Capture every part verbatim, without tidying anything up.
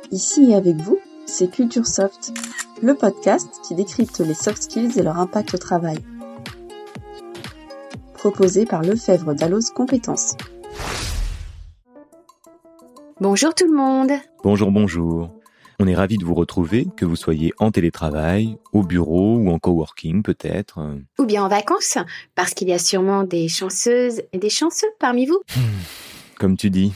Ici et avec vous, c'est Culture Soft, le podcast qui décrypte les soft skills et leur impact au travail. Proposé par Lefebvre Dalloz Compétences. Bonjour tout le monde. Bonjour, bonjour. On est ravis de vous retrouver, que vous soyez en télétravail, au bureau ou en coworking peut-être. Ou bien en vacances, parce qu'il y a sûrement des chanceuses et des chanceux parmi vous. Comme tu dis.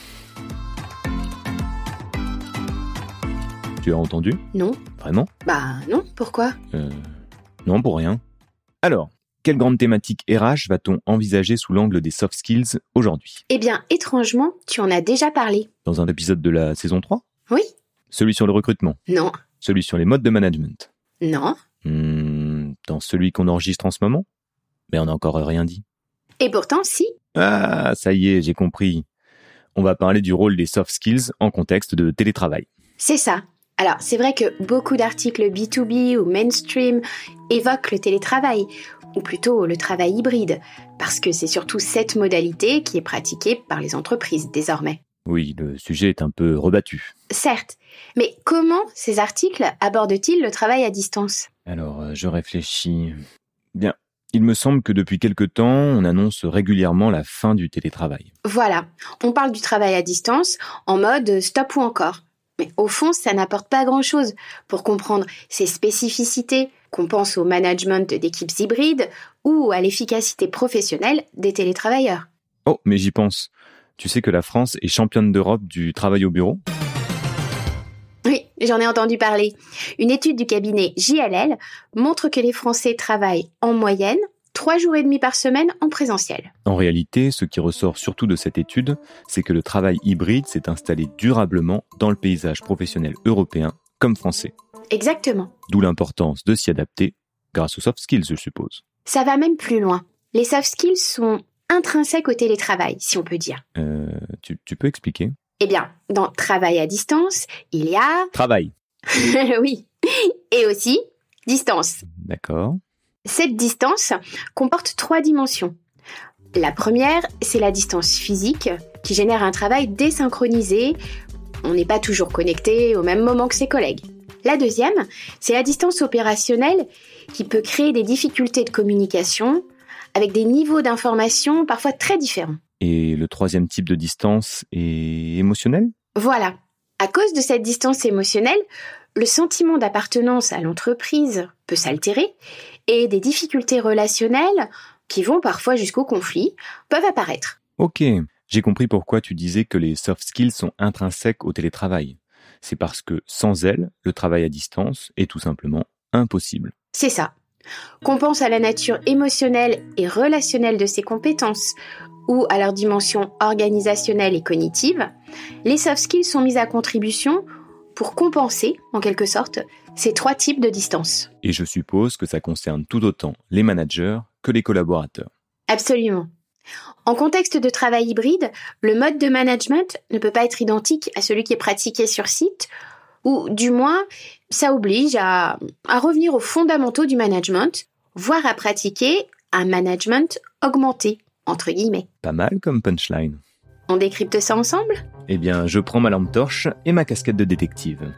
Tu as entendu ? Non. Vraiment ? Bah non, pourquoi ? Euh... Non, pour rien. Alors, quelle grande thématique R H va-t-on envisager sous l'angle des soft skills aujourd'hui ? Eh bien, étrangement, tu en as déjà parlé. Dans un épisode de la saison trois ? Oui. Celui sur le recrutement ? Non. Celui sur les modes de management ? Non. Hmm, dans celui qu'on enregistre en ce moment ? Mais on n'a encore rien dit. Et pourtant, si. Ah, ça y est, j'ai compris. On va parler du rôle des soft skills en contexte de télétravail. C'est ça. Alors, c'est vrai que beaucoup d'articles B deux B ou mainstream évoquent le télétravail, ou plutôt le travail hybride, parce que c'est surtout cette modalité qui est pratiquée par les entreprises désormais. Oui, le sujet est un peu rebattu. Certes, mais comment ces articles abordent-ils le travail à distance ? Alors, euh, je réfléchis. Bien, il me semble que depuis quelque temps, on annonce régulièrement la fin du télétravail. Voilà, on parle du travail à distance en mode stop ou encore. Mais au fond, ça n'apporte pas grand-chose pour comprendre ses spécificités, qu'on pense au management d'équipes hybrides ou à l'efficacité professionnelle des télétravailleurs. Oh, mais j'y pense. Tu sais que la France est championne d'Europe du travail au bureau ? Oui, j'en ai entendu parler. Une étude du cabinet J L L montre que les Français travaillent en moyenne trois jours et demi par semaine en présentiel. En réalité, ce qui ressort surtout de cette étude, c'est que le travail hybride s'est installé durablement dans le paysage professionnel européen comme français. Exactement. D'où l'importance de s'y adapter grâce aux soft skills, je suppose. Ça va même plus loin. Les soft skills sont intrinsèques au télétravail, si on peut dire. Euh, tu, tu peux expliquer ? Eh bien, dans travail à distance, il y a... Travail. Oui. Et aussi, distance. D'accord. Cette distance comporte trois dimensions. La première, c'est la distance physique, qui génère un travail désynchronisé. On n'est pas toujours connecté au même moment que ses collègues. La deuxième, c'est la distance opérationnelle, qui peut créer des difficultés de communication, avec des niveaux d'information parfois très différents. Et le troisième type de distance est émotionnel ? Voilà. À cause de cette distance émotionnelle, le sentiment d'appartenance à l'entreprise peut s'altérer et des difficultés relationnelles, qui vont parfois jusqu'au conflit, peuvent apparaître. Ok, j'ai compris pourquoi tu disais que les soft skills sont intrinsèques au télétravail. C'est parce que sans elles, le travail à distance est tout simplement impossible. C'est ça. Qu'on pense à la nature émotionnelle et relationnelle de ces compétences, ou à leur dimension organisationnelle et cognitive, les soft skills sont mises à contribution pour compenser, en quelque sorte, ces trois types de distance. Et je suppose que ça concerne tout autant les managers que les collaborateurs. Absolument. En contexte de travail hybride, le mode de management ne peut pas être identique à celui qui est pratiqué sur site, ou du moins, ça oblige à, à revenir aux fondamentaux du management, voire à pratiquer un management augmenté, entre guillemets. Pas mal comme punchline. On décrypte ça ensemble ? Eh bien, je prends ma lampe torche et ma casquette de détective.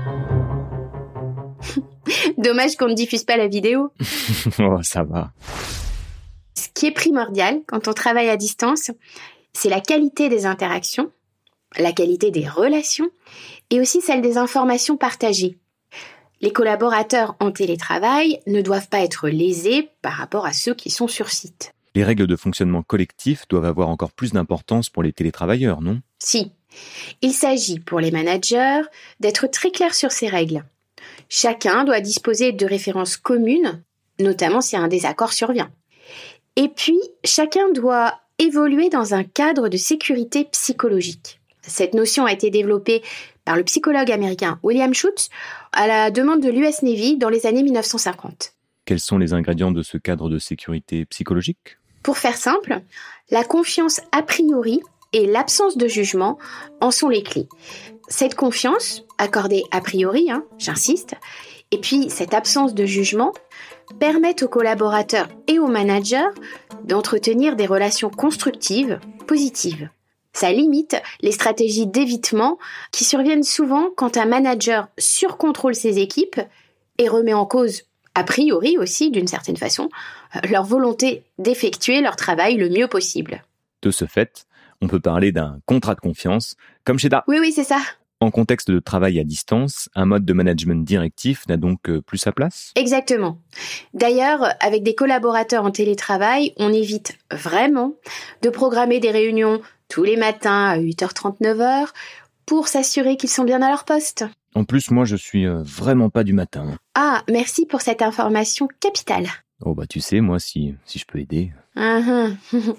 Dommage qu'on ne diffuse pas la vidéo. Oh, ça va. Ce qui est primordial quand on travaille à distance, c'est la qualité des interactions, la qualité des relations et aussi celle des informations partagées. Les collaborateurs en télétravail ne doivent pas être lésés par rapport à ceux qui sont sur site. Les règles de fonctionnement collectif doivent avoir encore plus d'importance pour les télétravailleurs, non ? Si. Il s'agit pour les managers d'être très clairs sur ces règles. Chacun doit disposer de références communes, notamment si un désaccord survient. Et puis, chacun doit évoluer dans un cadre de sécurité psychologique. Cette notion a été développée par le psychologue américain William Schutz à la demande de l'U S Navy dans les années dix-neuf cent cinquante. Quels sont les ingrédients de ce cadre de sécurité psychologique ? Pour faire simple, la confiance a priori et l'absence de jugement en sont les clés. Cette confiance, accordée a priori, hein, j'insiste, et puis cette absence de jugement permettent aux collaborateurs et aux managers d'entretenir des relations constructives, positives. Ça limite les stratégies d'évitement qui surviennent souvent quand un manager surcontrôle ses équipes et remet en cause, a priori aussi d'une certaine façon, leur volonté d'effectuer leur travail le mieux possible. De ce fait, on peut parler d'un contrat de confiance, comme chez D A. Oui, oui, c'est ça. En contexte de travail à distance, un mode de management directif n'a donc plus sa place ? Exactement. D'ailleurs, avec des collaborateurs en télétravail, on évite vraiment de programmer des réunions tous les matins à huit heures trente, neuf heures pour s'assurer qu'ils sont bien à leur poste. En plus, moi, je suis euh, vraiment pas du matin. Ah, merci pour cette information capitale. Oh bah tu sais, moi, si, si je peux aider... Uh-huh.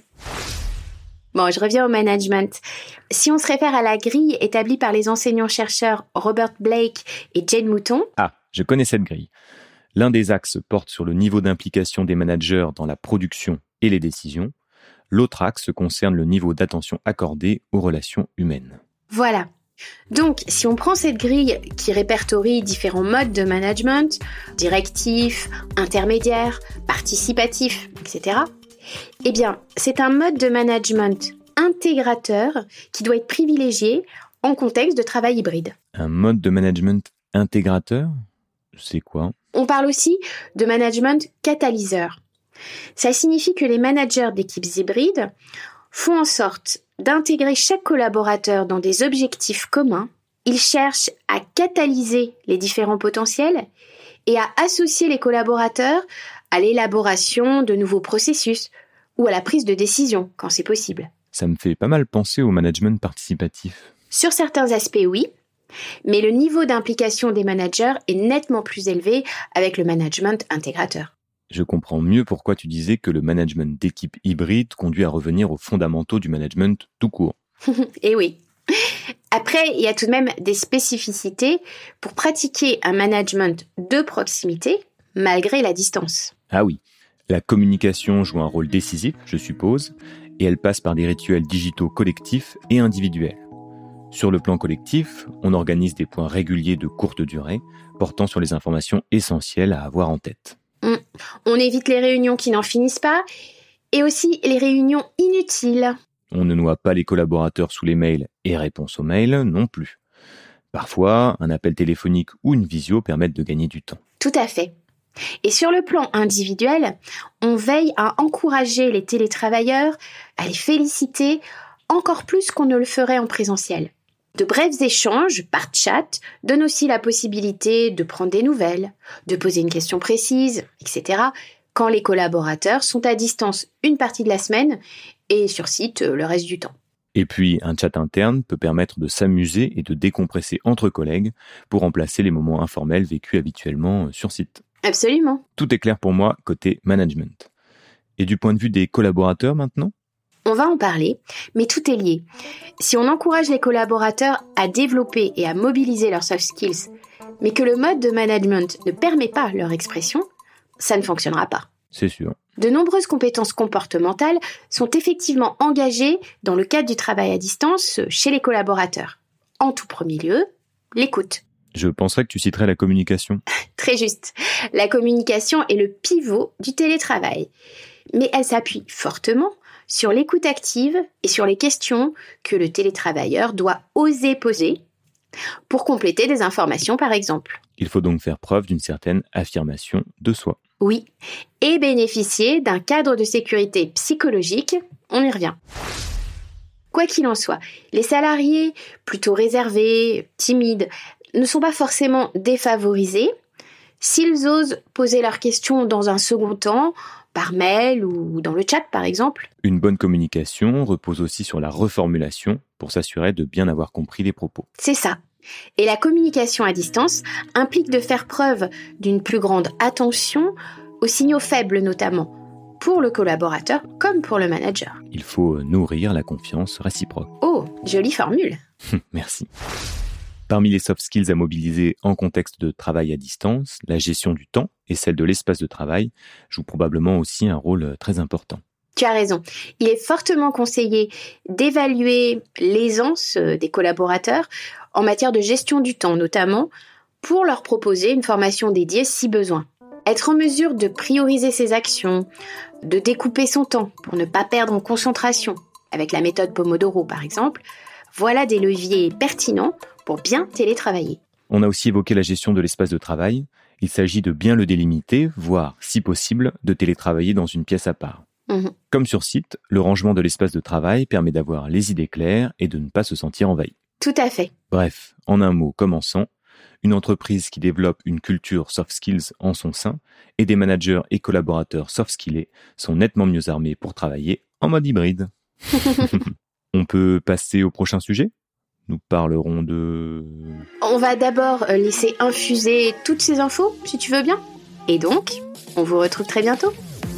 Bon, je reviens au management. Si on se réfère à la grille établie par les enseignants-chercheurs Robert Blake et Jane Mouton... Ah, je connais cette grille. L'un des axes porte sur le niveau d'implication des managers dans la production et les décisions. L'autre axe concerne le niveau d'attention accordé aux relations humaines. Voilà. Donc, si on prend cette grille qui répertorie différents modes de management, directif, intermédiaire, participatif, et cetera, eh bien, c'est un mode de management intégrateur qui doit être privilégié en contexte de travail hybride. Un mode de management intégrateur ? C'est quoi ? On parle aussi de management catalyseur. Ça signifie que les managers d'équipes hybrides font en sorte d'intégrer chaque collaborateur dans des objectifs communs. Ils cherchent à catalyser les différents potentiels et à associer les collaborateurs à l'élaboration de nouveaux processus ou à la prise de décision quand c'est possible. Ça me fait pas mal penser au management participatif. Sur certains aspects, oui, mais le niveau d'implication des managers est nettement plus élevé avec le management intégrateur. Je comprends mieux pourquoi tu disais que le management d'équipe hybride conduit à revenir aux fondamentaux du management tout court. Eh oui. Après, il y a tout de même des spécificités pour pratiquer un management de proximité malgré la distance. Ah oui, la communication joue un rôle décisif, je suppose, et elle passe par des rituels digitaux collectifs et individuels. Sur le plan collectif, on organise des points réguliers de courte durée, portant sur les informations essentielles à avoir en tête. On évite les réunions qui n'en finissent pas, et aussi les réunions inutiles. On ne noie pas les collaborateurs sous les mails et réponses aux mails non plus. Parfois, un appel téléphonique ou une visio permettent de gagner du temps. Tout à fait. Et sur le plan individuel, on veille à encourager les télétravailleurs, à les féliciter encore plus qu'on ne le ferait en présentiel. De brefs échanges par chat donnent aussi la possibilité de prendre des nouvelles, de poser une question précise, et cetera, quand les collaborateurs sont à distance une partie de la semaine et sur site le reste du temps. Et puis, un chat interne peut permettre de s'amuser et de décompresser entre collègues pour remplacer les moments informels vécus habituellement sur site. Absolument. Tout est clair pour moi côté management. Et du point de vue des collaborateurs maintenant ? On va en parler, mais tout est lié. Si on encourage les collaborateurs à développer et à mobiliser leurs soft skills, mais que le mode de management ne permet pas leur expression, ça ne fonctionnera pas. C'est sûr. De nombreuses compétences comportementales sont effectivement engagées dans le cadre du travail à distance chez les collaborateurs. En tout premier lieu, l'écoute. Je penserais que tu citerais la communication. Très juste. La communication est le pivot du télétravail. Mais elle s'appuie fortement sur l'écoute active et sur les questions que le télétravailleur doit oser poser pour compléter des informations, par exemple. Il faut donc faire preuve d'une certaine affirmation de soi. Oui, et bénéficier d'un cadre de sécurité psychologique, on y revient. Quoi qu'il en soit, les salariés plutôt réservés, timides, ne sont pas forcément défavorisés s'ils osent poser leurs questions dans un second temps, par mail ou dans le chat par exemple. Une bonne communication repose aussi sur la reformulation pour s'assurer de bien avoir compris les propos. C'est ça. Et la communication à distance implique de faire preuve d'une plus grande attention aux signaux faibles notamment, pour le collaborateur comme pour le manager. Il faut nourrir la confiance réciproque. Oh, jolie formule. Merci. Parmi les soft skills à mobiliser en contexte de travail à distance, la gestion du temps et celle de l'espace de travail jouent probablement aussi un rôle très important. Tu as raison. Il est fortement conseillé d'évaluer l'aisance des collaborateurs en matière de gestion du temps notamment, pour leur proposer une formation dédiée si besoin. Être en mesure de prioriser ses actions, de découper son temps pour ne pas perdre en concentration, avec la méthode Pomodoro par exemple, voilà des leviers pertinents pour bien télétravailler. On a aussi évoqué la gestion de l'espace de travail. Il s'agit de bien le délimiter, voire, si possible, de télétravailler dans une pièce à part. Mmh. Comme sur site, le rangement de l'espace de travail permet d'avoir les idées claires et de ne pas se sentir envahi. Tout à fait. Bref, en un mot commençant, une entreprise qui développe une culture soft skills en son sein et des managers et collaborateurs soft skillés sont nettement mieux armés pour travailler en mode hybride. On peut passer au prochain sujet ? Nous parlerons de... On va d'abord laisser infuser toutes ces infos, si tu veux bien. Et donc, on vous retrouve très bientôt.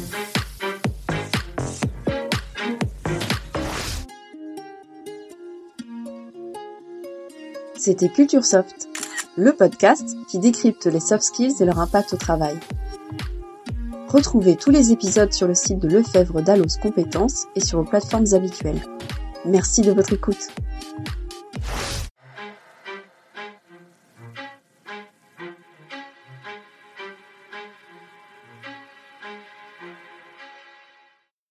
C'était Culture Soft, le podcast qui décrypte les soft skills et leur impact au travail. Retrouvez tous les épisodes sur le site de Lefebvre d'Allos Compétences et sur vos plateformes habituelles. Merci de votre écoute.